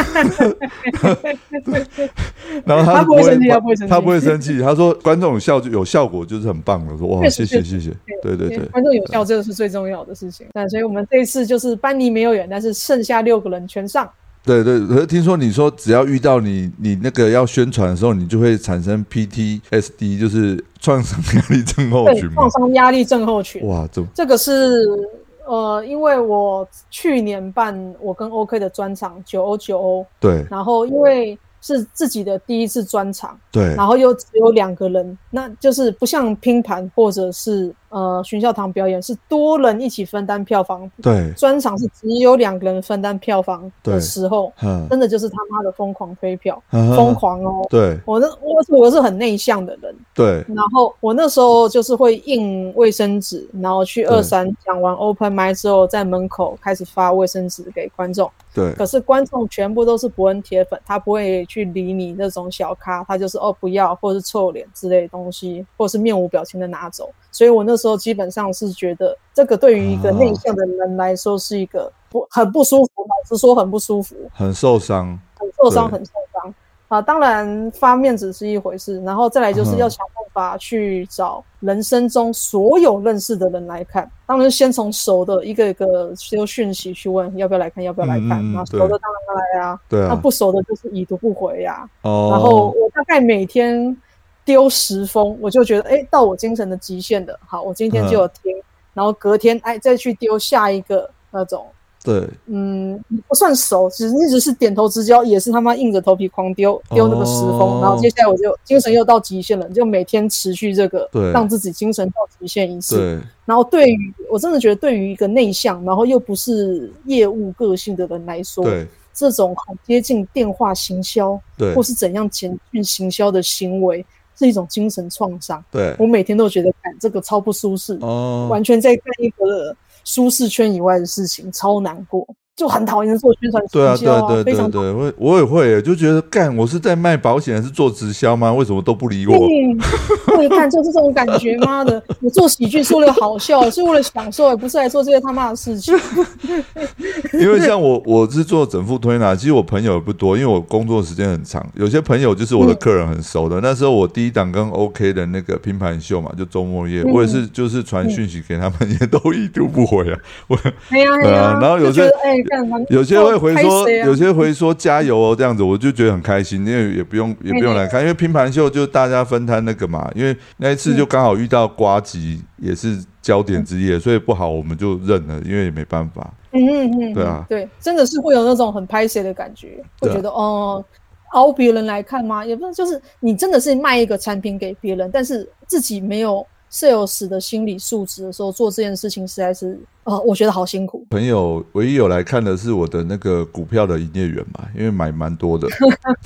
然后他不会生气，他不会生气。他说观众有效果就是很棒的。我说哇，谢谢。对， 观众有效这个是最重要的事情。所以我们这一次就是班尼没有演，但是剩下6个人全上。 对，可是听说你说只要遇到你那个要宣传的时候，你就会产生 PTSD， 就是创伤压力症候群。 创伤压力症候群。 哇， 这个是。因为我去年办我跟 OK 的专场9O9O， 对， 然后因为是自己的第一次专场， 对， 然后又只有2个人，那就是不像拼盘或者是巡校堂表演是多人一起分担票房， 对， 专场是只有2个人分担票房的时候，真的就是他妈的疯狂推票，疯狂哦， 对， 我是很内向的人， 对， 然后我那时候就是会印卫生纸，然后去23讲完 open mic 之后，在门口开始发卫生纸给观众。 对， 可是观众全部都是伯恩铁粉，他不会去理你那种小咖，他就是不要，或者是臭脸之类的东西，或者是面无表情的拿走。所以我那时候基本上是觉得，这个对于一个内向的人来说是一个很不舒服，老实说很不舒服， 很受伤。 当然发面子是一回事，然后再来就是要想办法去找人生中所有认识的人来看，当然先从熟的一个一个丢讯息去问要不要来看，然后熟的当然来啊，那不熟的就是已读不回啊。然后我大概每天丢10封，我就觉得到我精神的极限的，好，我今天就有听，然后隔天再去丢下一个那种。 对， 不算熟，只是点头之交，也是他妈硬着头皮狂丢那个10封，然后接下来我就精神又到极限了，就每天持续这个，让自己精神到极限一次。对，然后我真的觉得对于一个内向，然后又不是业务个性的人来说，对，这种很接近电话行销，对，或是怎样简讯行销的行为，是一种精神创伤。对，我每天都觉得这个超不舒适，完全在干一个舒适圈以外的事情，超难过，就很讨厌做宣传行销啊。对， 我也会，就觉得我是在卖保险还是做直销吗？为什么都不理我？ 对，就是这种感觉，妈的！我做喜剧是为了好笑，是为了享受，也不是来做这些他妈的事情。 因为像我是做整复推拿，其实我朋友也不多，因为我工作时间很长，有些朋友就是我的客人很熟的。那时候我第一档跟 OK 的那个拼盘秀嘛，就周末夜，我也是就是传讯息给他们，也都已读不回啊。然后有些会回说，有些回说加油哦这样子，我就觉得很开心，因为也不用来看，因为拼盘秀就大家分摊那个嘛，因为那一次就刚好遇到呱吉也是焦点之夜，所以不好我们就认了，因为也没办法。对啊， 对，真的是会有那种很拍摄的感觉，会觉得熬别人来看吗？也不是，就是你真的是卖一个产品给别人，但是自己没有 sales 的心理素质的时候，做这件事情实在是我觉得好辛苦。 朋友唯一有来看的是我的那个股票的营业员嘛，因为买蛮多的。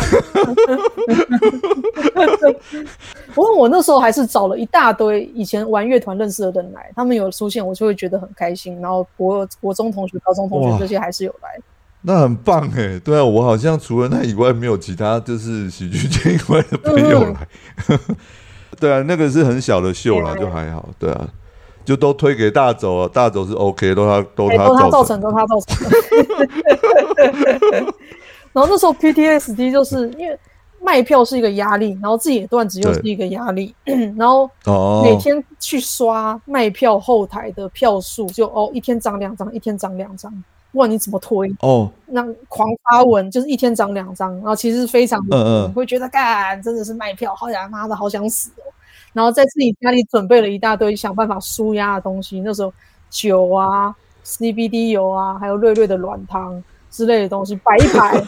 不过我那时候还是找了一大堆以前玩乐团认识的人来，他们有出现，我就会觉得很开心。然后国中同学、高中同学这些还是有来。 那很棒哎，对啊，我好像除了那以外，没有其他就是喜剧圈以外的朋友来。对啊，那个是很小的秀啦，就还好。对啊，就都推给大轴啊，大轴是 OK， 都他造成。 然后那时候 PTSD 就是因为卖票是一个压力，然后自己的段子又是一个压力，然后每天去刷卖票后台的票数，就一天涨2张，一天涨2张，不管你怎么推那狂发文就是一天涨2张，然后其实非常的会觉得干真的是卖票，好想妈的好想死哦，然后在自己家里准备了一大堆想办法抒压的东西，那时候酒啊、CBD 油啊，还有瑞瑞的软糖之类的东西摆一排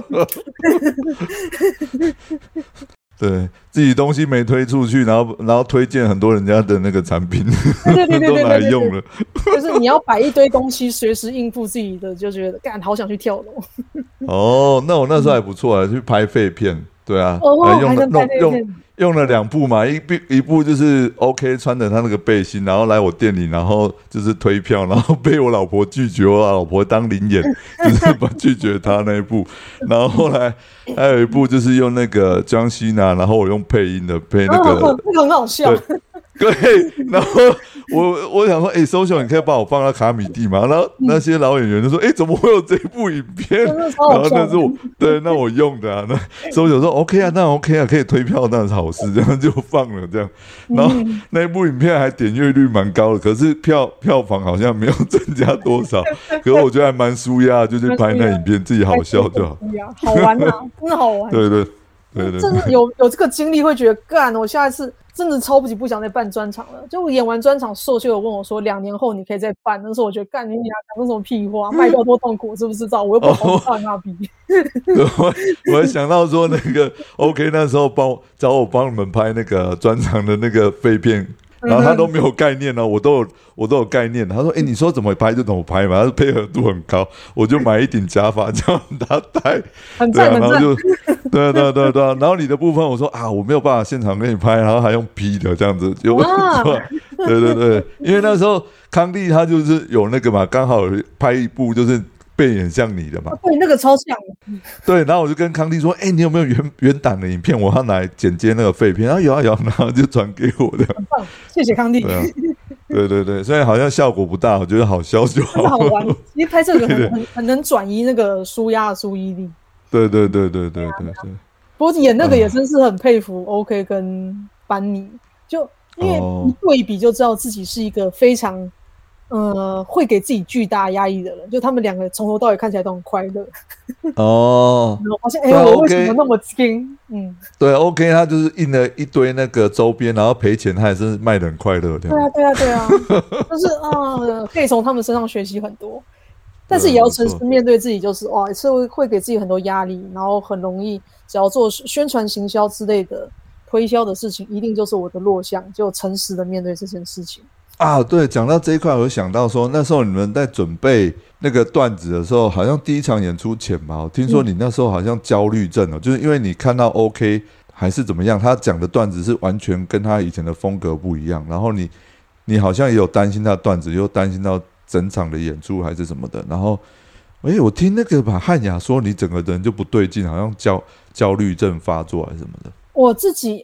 对，自己东西没推出去，然后推荐很多人家的那个产品， 对都拿来用了。 就是你要摆一堆东西，随时应付自己的，就觉得干好想去跳楼。那我那时候还不错啊，去拍废片，对啊，用了2部嘛，一部就是 OK 穿着他那个背心，然后来我店里，然后就是推票，然后被我老婆拒绝，我老婆当灵眼，就是拒绝他那一部。然后后来还有一部就是用那个江西拿，然后我用配音的配那个， 那个很好笑。 对，然后我想说，social 你可以帮我放到卡米蒂嘛？然后那些老演员就说，怎么会有这部影片？然后那是那我用的啊。那social 说 OK 啊，那 OK 啊，可以推票，那是好事，这样就放了这样。然后那部影片还点阅率蛮高的，可是票房好像没有增加多少。可是我觉得还蛮舒压，就去拍那影片，自己好笑就好。 好玩啊，真的好玩。 对。 真的有这个经历，会觉得干，我下一次真的超级不想再办专场了。就我演完专场，社就有问我说，2年后你可以再办。那时候我觉得干，你俩讲什么屁话，卖掉多痛苦，知不知道？我又不好看那逼。 我还想到说，那个 OK 那时候找我帮你们拍那个专场的那个废片。然后他都没有概念哦，我都有概念。他说：“你说怎么拍就怎么拍嘛。”他配合度很高，我就买一顶假发叫他戴， 很赞， 然后就对。然后你的部分我说我没有办法现场给你拍，然后还用 P 的这样子，对，因为那时候康帝他就是有那个嘛，刚好拍一部就是背影像你的嘛， 对，那个超像。 对，然后我就跟康帝说：“你有没有原档的影片？我要拿来剪接那个废片。”然后有，然后就传给我的。 很棒，谢谢康帝。 对，虽然好像效果不大，我觉得好笑就好。 好玩，因为拍摄很能转移那个舒压的注意力。 对。 不过演那个也真是很佩服 OK 跟班尼，就因为一对比就知道自己是一个非常。会给自己巨大压抑的人，就他们2个从头到尾看起来都很快乐。然后发现我为什么那么精？ 对 ，OK， 他就是印了一堆那个周边，然后赔钱，他也是卖得很快乐。 对啊，就是可以从他们身上学习很多，但是也要诚实面对自己，就是也是会给自己很多压力，然后很容易只要做宣传行销之类的推销的事情，一定就是我的弱项，就诚实的面对这件事情。 对，讲到这一块，我想到说，那时候你们在准备那个段子的时候，好像第一场演出前嘛，我听说你那时候好像焦虑症就是因为你看到 OK 还是怎么样，他讲的段子是完全跟他以前的风格不一样，然后你好像也有担心他的段子，又担心到整场的演出还是什么的，然后我听那个汉雅说你整个人就不对劲，好像焦虑症发作还是什么的。 我自己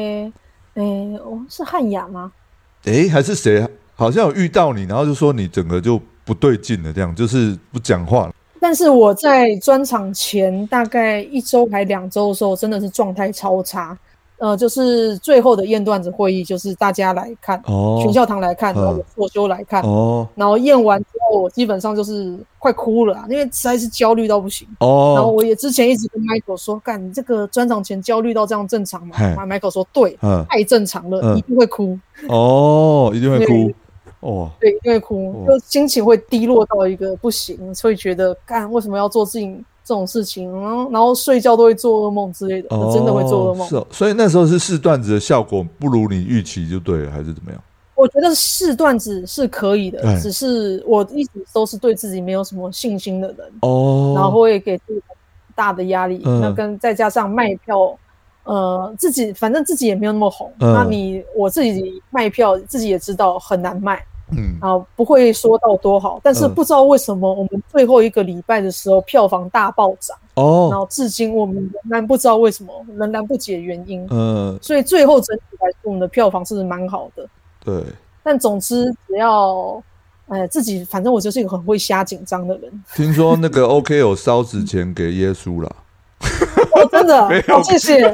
是汉雅吗？ 还是谁？好像有遇到你，然后就说你整个就不对劲了，这样就是不讲话了。 但是我在专场前大概1周还2周的时候，真的是状态超差。就是最后的验段子会议，就是大家来看，全校堂来看，然后我修来看，然后验完之后，我基本上就是快哭了因为实在是焦虑到不行。然后我也之前一直跟 Michael 说，干，你这个专场前焦虑到这样正常吗？Michael 说对，太正常了，一定会哭。 一定会哭。 对，一定会哭，就心情会低落到一个不行，所以觉得干为什么要做这种事情，然后睡觉都会做噩梦之类的，真的会做噩梦。 是所以那时候是试段子的效果不如你预期就对了，还是怎么样？ 我觉得试段子是可以的，只是我一直都是对自己没有什么信心的人，然后会给自己很大的压力。那再加上卖票，反正自己也没有那么红，那我自己卖票，自己也知道很难卖。不会说到多好，但是不知道为什么我们最后1个礼拜的时候票房大暴涨，然后至今我们仍然不知道为什么，仍然不解原因。所以最后整体来说，我们的票房是蛮好的。 对， 但总之只要自己，反正我就是一个很会瞎紧张的人。 听说那个 OK 有烧纸钱给耶稣啦。 真的，好，谢谢，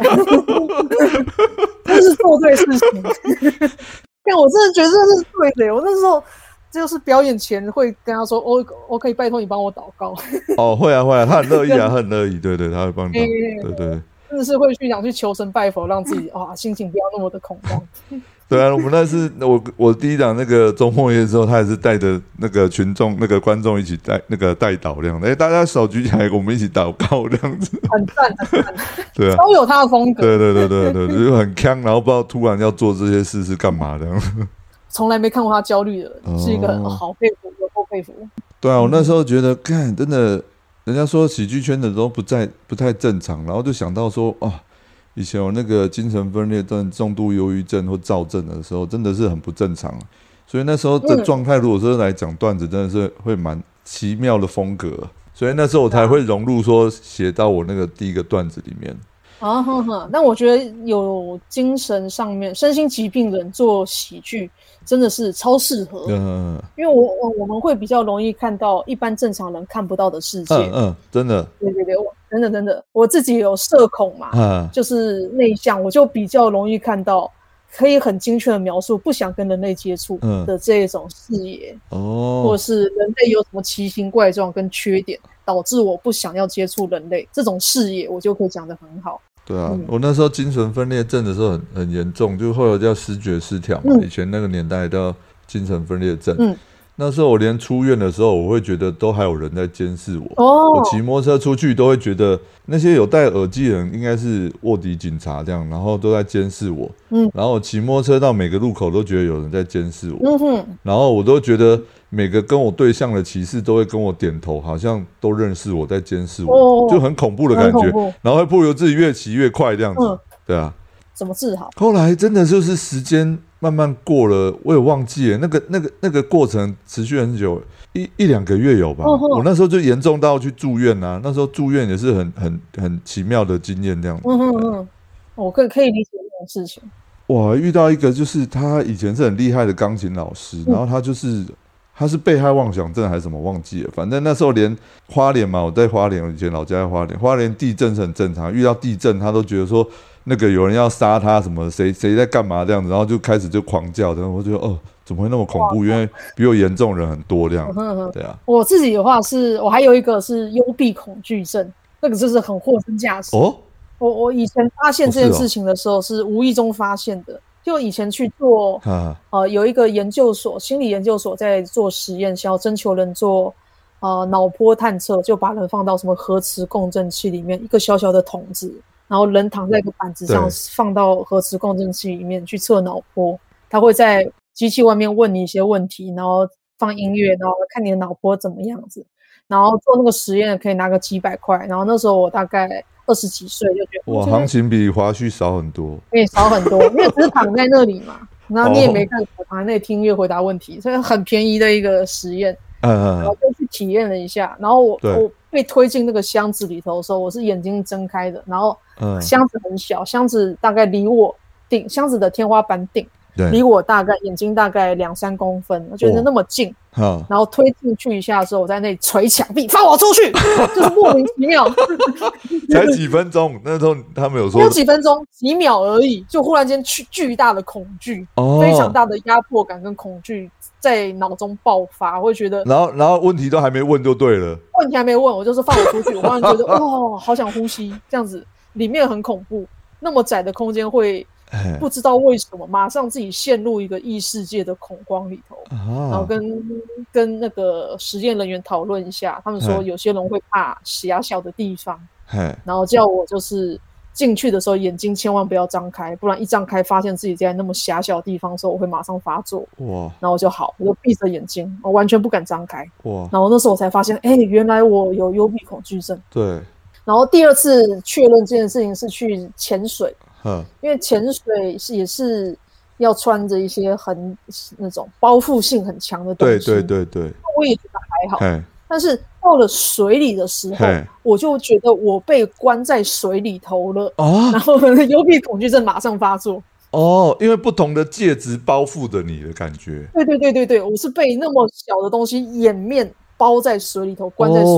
真是做对事情。但我真的觉得这是对的，我那时候就是表演前会跟他说，我可以拜托你帮我祷告。 会啊，他很乐意啊，他很乐意，对，他会帮你祷，对， 真的是会想去求神拜佛，让自己心情不要那么的恐慌。 对啊，我们那是我第一档那个周末夜的时候，他也是带着那个群众、那个观众一起带祷这样的，大家手举起来，我们一起祷告这样子， 很赞， 对啊， 都有他的风格， 对，就很鏘，然后不知道突然要做这些事是干嘛这样。 从来没看过他焦虑的人，是一个好佩服，有够佩服。 对啊，我那时候觉得，看真的，人家说喜剧圈的都不太正常，然后就想到说，以前有那个精神分裂症、重度忧郁症或躁症的时候，真的是很不正常。所以那时候的状态，如果说来讲段子，真的是会蛮奇妙的风格。所以那时候我才会融入说写到我那个第一个段子里面。 但我觉得有精神上面身心疾病的人做喜剧真的是超适合，因为我们会比较容易看到一般正常人看不到的世界。 真的， 对，真的，我自己有社恐嘛，就是内向，我就比较容易看到可以很精确的描述不想跟人类接触的这一种视野，或者是人类有什么奇形怪状跟缺点导致我不想要接触人类，这种视野我就可以讲得很好。 对啊，我那时候精神分裂症的时候很严重，就后来叫思觉失调嘛，以前那个年代叫精神分裂症。那时候我连出院的时候，我会觉得都还有人在监视我。我骑摩托车出去都会觉得那些有戴耳机的人应该是卧底警察这样，然后都在监视我。然后我骑摩托车到每个路口都觉得有人在监视我。然后我都觉得每个跟我对象的骑士都会跟我点头，好像都认识我在监视我，就很恐怖的感觉。然后会不由自己越骑越快这样子。对啊。 怎么治好？ 后来真的就是时间慢慢过了，我也忘记了那个过程持续很久，一两个月有吧。我那时候就严重到去住院啊，那时候住院也是很奇妙的经验这样子。 我可以理解这种事情。 我遇到一个就是他以前是很厉害的钢琴老师，然后他是被害妄想症还是什么忘记了，反正那时候连花莲嘛，我在花莲，我以前老家在花莲地震是很正常，遇到地震他都觉得说那个有人要杀他什么，谁在干嘛这样子，然后就开始就狂叫，然后我觉得怎么会那么恐怖？因为比我严重的人很多这样。对啊， 我自己的话我还有一个是幽闭恐惧症，那个就是很货真价实。我以前发现这件事情的时候是无意中发现的。就以前去做有一个研究所，心理研究所在做实验，想要征求人做脑波探测，就把人放到什么核磁共振器里面，一个小小的筒子，然后人躺在一个板子上，放到核磁共振器里面去测脑波。他会在机器外面问你一些问题，然后放音乐，然后看你的脑波怎么样子。然后做那个实验可以拿个几百块，然后那时候我大概20几岁就觉得哇，行情比华胥少很多， 可以少很多，因为只是躺在那里嘛，然后你也没干什么，躺在那里听音乐回答问题，所以很便宜的一个实验。然后就去体验了一下，然后我被推进那个箱子里头的时候，我是眼睛睁开的，然后箱子很小，箱子大概离我箱子的天花板顶离我眼睛大概2-3公分，我觉得那么近，然后推进去一下的时候，我在那里捶墙壁，放我出去，就是莫名其妙。 才几分钟，那时候他们有说没有几分钟，几秒而已，就忽然间巨大的恐惧，非常大的压迫感跟恐惧在脑中爆发，会觉得， 然后问题都还没问就对了， 问题还没问，我就是放我出去，我忽然觉得好想呼吸，这样子里面很恐怖，那么窄的空间会。不知道为什么马上自己陷入一个异世界的恐慌里头，然后跟那个实验人员讨论一下，他们说有些人会怕狭小的地方，然后叫我就是进去的时候眼睛千万不要张开，不然一张开发现自己在那么狭小的地方的时候，我会马上发作。然后我就闭着眼睛，我完全不敢张开。然后那时候我才发现，原来我有幽闭恐惧症。 对。 然后第二次确认这件事情是去潜水。因为潜水也是要穿着一些那种包覆性很强的东西。 对。 我也觉得还好，但是到了水里的时候，我就觉得我被关在水里头了，然后幽闭恐惧症马上发作。 因为不同的介质包覆着你的感觉。 对，我是被那么小的东西掩面包在水里头，关在水里头。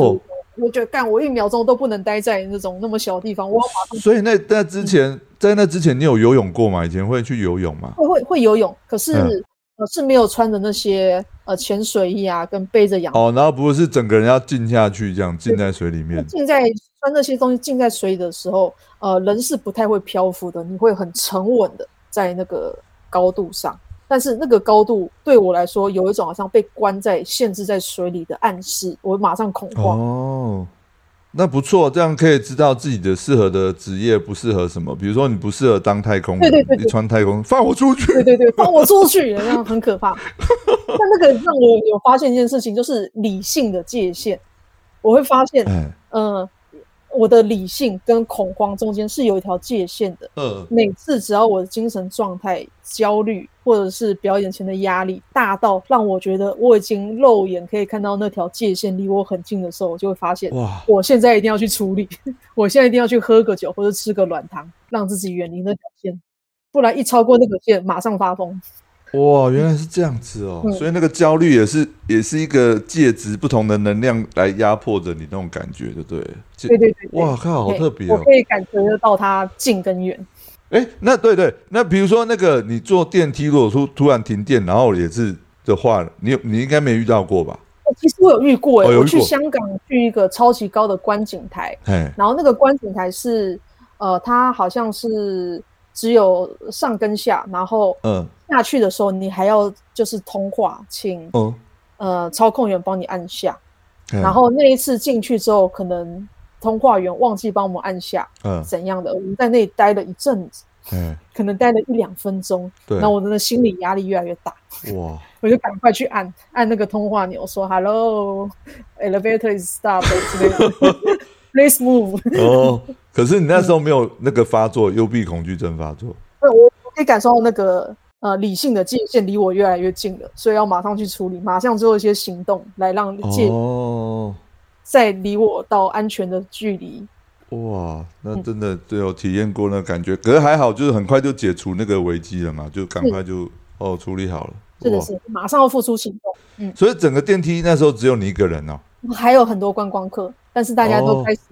我觉得我1秒钟都不能待在那么小的地方，我要马上。 所以在那之前你有游泳过吗？以前会去游泳吗？ 会游泳，可是是没有穿的那些潜水衣啊，跟背着氧然后不是整个人要浸下去，这样浸在水里面。 穿那些东西浸在水里的时候，人是不太会漂浮的，你会很沉稳的在那个高度上。但是那个高度对我来说有一种好像被限制在水里的暗示，我马上恐慌。 那不错，这样可以知道自己的适合的职业不适合什么。比如说你不适合当太空人，你穿太空放我出去， 对，放我出去，这样很可怕。但那个让我有发现一件事情，就是理性的界限。我会发现，我的理性跟恐慌中间是有一条界限的。每次只要我的精神状态焦虑，或者是表演前的压力大到让我觉得我已经肉眼可以看到那条界限离我很近的时候，我就会发现，我现在一定要去处理，我现在一定要去喝个酒或者吃个软糖，让自己远离那条线，不然一超过那个线，马上发疯。 哇，原来是这样子哦。所以那个焦虑也是一个介质不同的能量来压迫着你那种感觉，对不对？ 对。 哇靠，好特别哦！ 我可以感觉得到它近跟远。 那对，那比如说那个你坐电梯，如果突然停电，然后也是的话，你应该没遇到过吧？ 其实我有遇过我去香港去一个超级高的观景台，然后那个观景台是它好像是只有上跟下，然后下去的时候你还要就是通话，请操控员帮你按下，然后那一次进去之后，可能通话员忘记帮我们按下，怎样的，我们在那里待了一阵子，可能待了1-2分钟，然后我的心理压力越来越大，哇！我就赶快去按那个通话钮，说 Hello, elevator is stopped 之类的，Please move。 可是你那时候没有那个发作，幽闭恐惧症发作。 我可以感受到那个理性的界限离我越来越近了，所以要马上去处理，马上做一些行动来让再离我到安全的距离。 哇，那真的就有体验过那感觉，可是还好，就是很快就解除那个危机了嘛，就赶快就处理好了。 是马上要付出行动。 所以整个电梯那时候只有你一个人哦， 还有很多观光客，但是大家都开始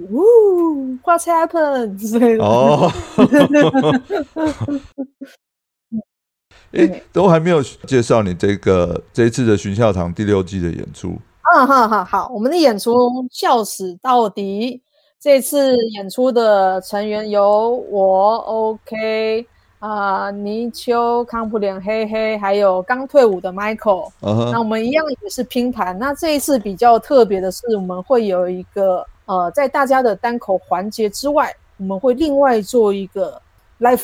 What's happened 之类的。都还没有介绍你这一次的巡校堂第6季的演出。 好，我们的演出笑死到底。这次演出的成员有我 OK。泥鳅、康普莲、黑黑，还有刚退伍的 Michael。那我们一样也是拼盘。那这一次比较特别的是，我们会有一个在大家的单口环节之外，我们会另外做一个 live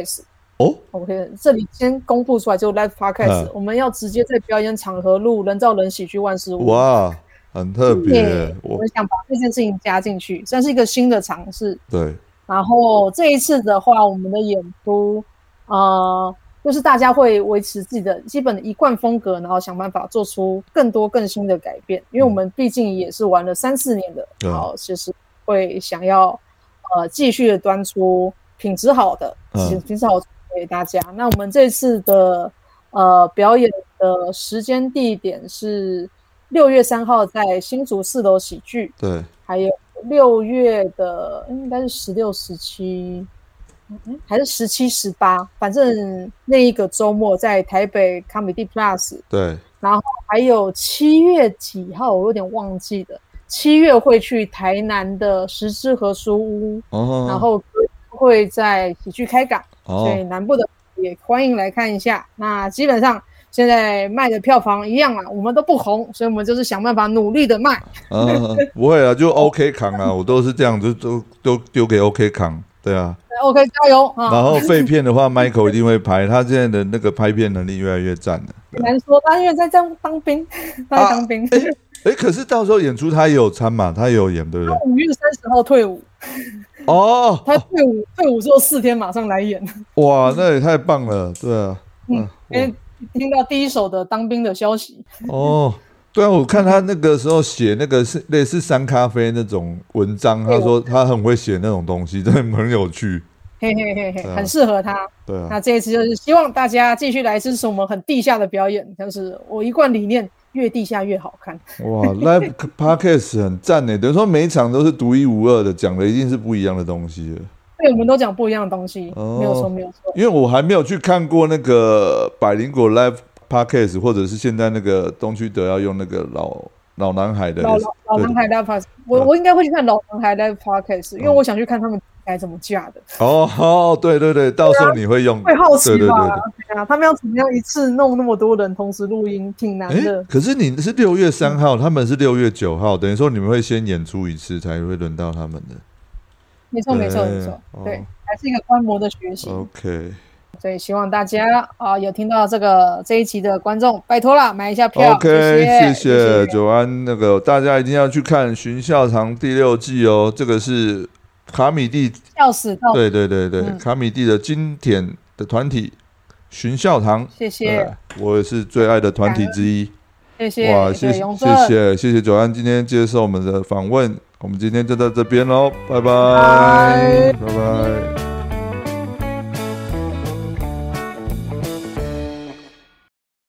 podcast。OK， 这里先公布出来就 live podcast。我们要直接在表演场合录人造人喜剧万事屋。 哇，很特别。 我想把这件事情加进去，算是一个新的尝试。 对。 然后这一次的话，我们的演出，就是大家会维持自己的基本的一贯风格，然后想办法做出更多更新的改变。因为我们毕竟也是玩了3-4年的，然后其实会想要继续的端出品质好的，品质好给大家。那我们这次的表演的时间地点是6月3号在新竹4楼喜剧， 对， 还有6月的应该是16、17，还是17、18，反正那一个周末在台北 Comedy Plus。 对， 然后还有7月几号我有点忘记了，7月会去台南的石之和书屋，然后会在喜剧开港，所以南部的也欢迎来看一下。那基本上现在卖的票房一样啊，我们都不红，所以我们就是想办法努力的卖。 不会啊，就 OK 扛啊，我都是这样，就都丢给 OK 扛，对啊。 OK， 加油！ 然后废片的话，Michael 一定会拍，他现在的那个拍片能力越来越赞了。 难说，他因为在当兵，他在当兵。 可是到时候演出他也有参嘛，他也有演，对不对？ 他5月30号退伍。他退伍之后4天马上来演。 哇，那也太棒了，对啊。 听到第一手的当兵的消息。 对啊，我看他那个时候写那个是类似3咖啡那种文章，他说他很会写那种东西，真的很有趣。 很适合他。对啊。那这一次就是希望大家继续来支持我们很地下的表演，但是我一贯理念越地下越好看。 哇，Live Podcast 很赞耶，等于说每一场都是独一无二的，讲的一定是不一样的东西了。 对，我们都讲不一样的东西，没有错，没有错。 因为我还没有去看过那个百灵果 Live Podcast， 或者是现在那个东区德要用那个老男孩的老男孩 Live Podcast， 我应该会去看老男孩 Live Podcast， 因为我想去看他们该怎么架的。 哦，对对对，到时候你会用， 会好奇吧？ 对啊，他们要怎么样一次弄那么多人同时录音，挺难的。 可是你是6月3号，他们是6月9号，等于说你们会先演出一次，才会轮到他们的。 没错，没错，没错，对，还是一个观摩的学习。 OK。 所以希望大家有听到这一期的观众，拜托啦，买一下票。 OK， 谢谢九安，那个大家一定要去看《巡校堂》第6季哦，这个是卡米蒂笑死到对对对对，卡米蒂的经典的团体巡校堂， 谢谢， 我也是最爱的团体之一。 谢谢， 哇，谢谢九安今天接受我们的访问，我们今天就到这边喽，拜拜，拜拜。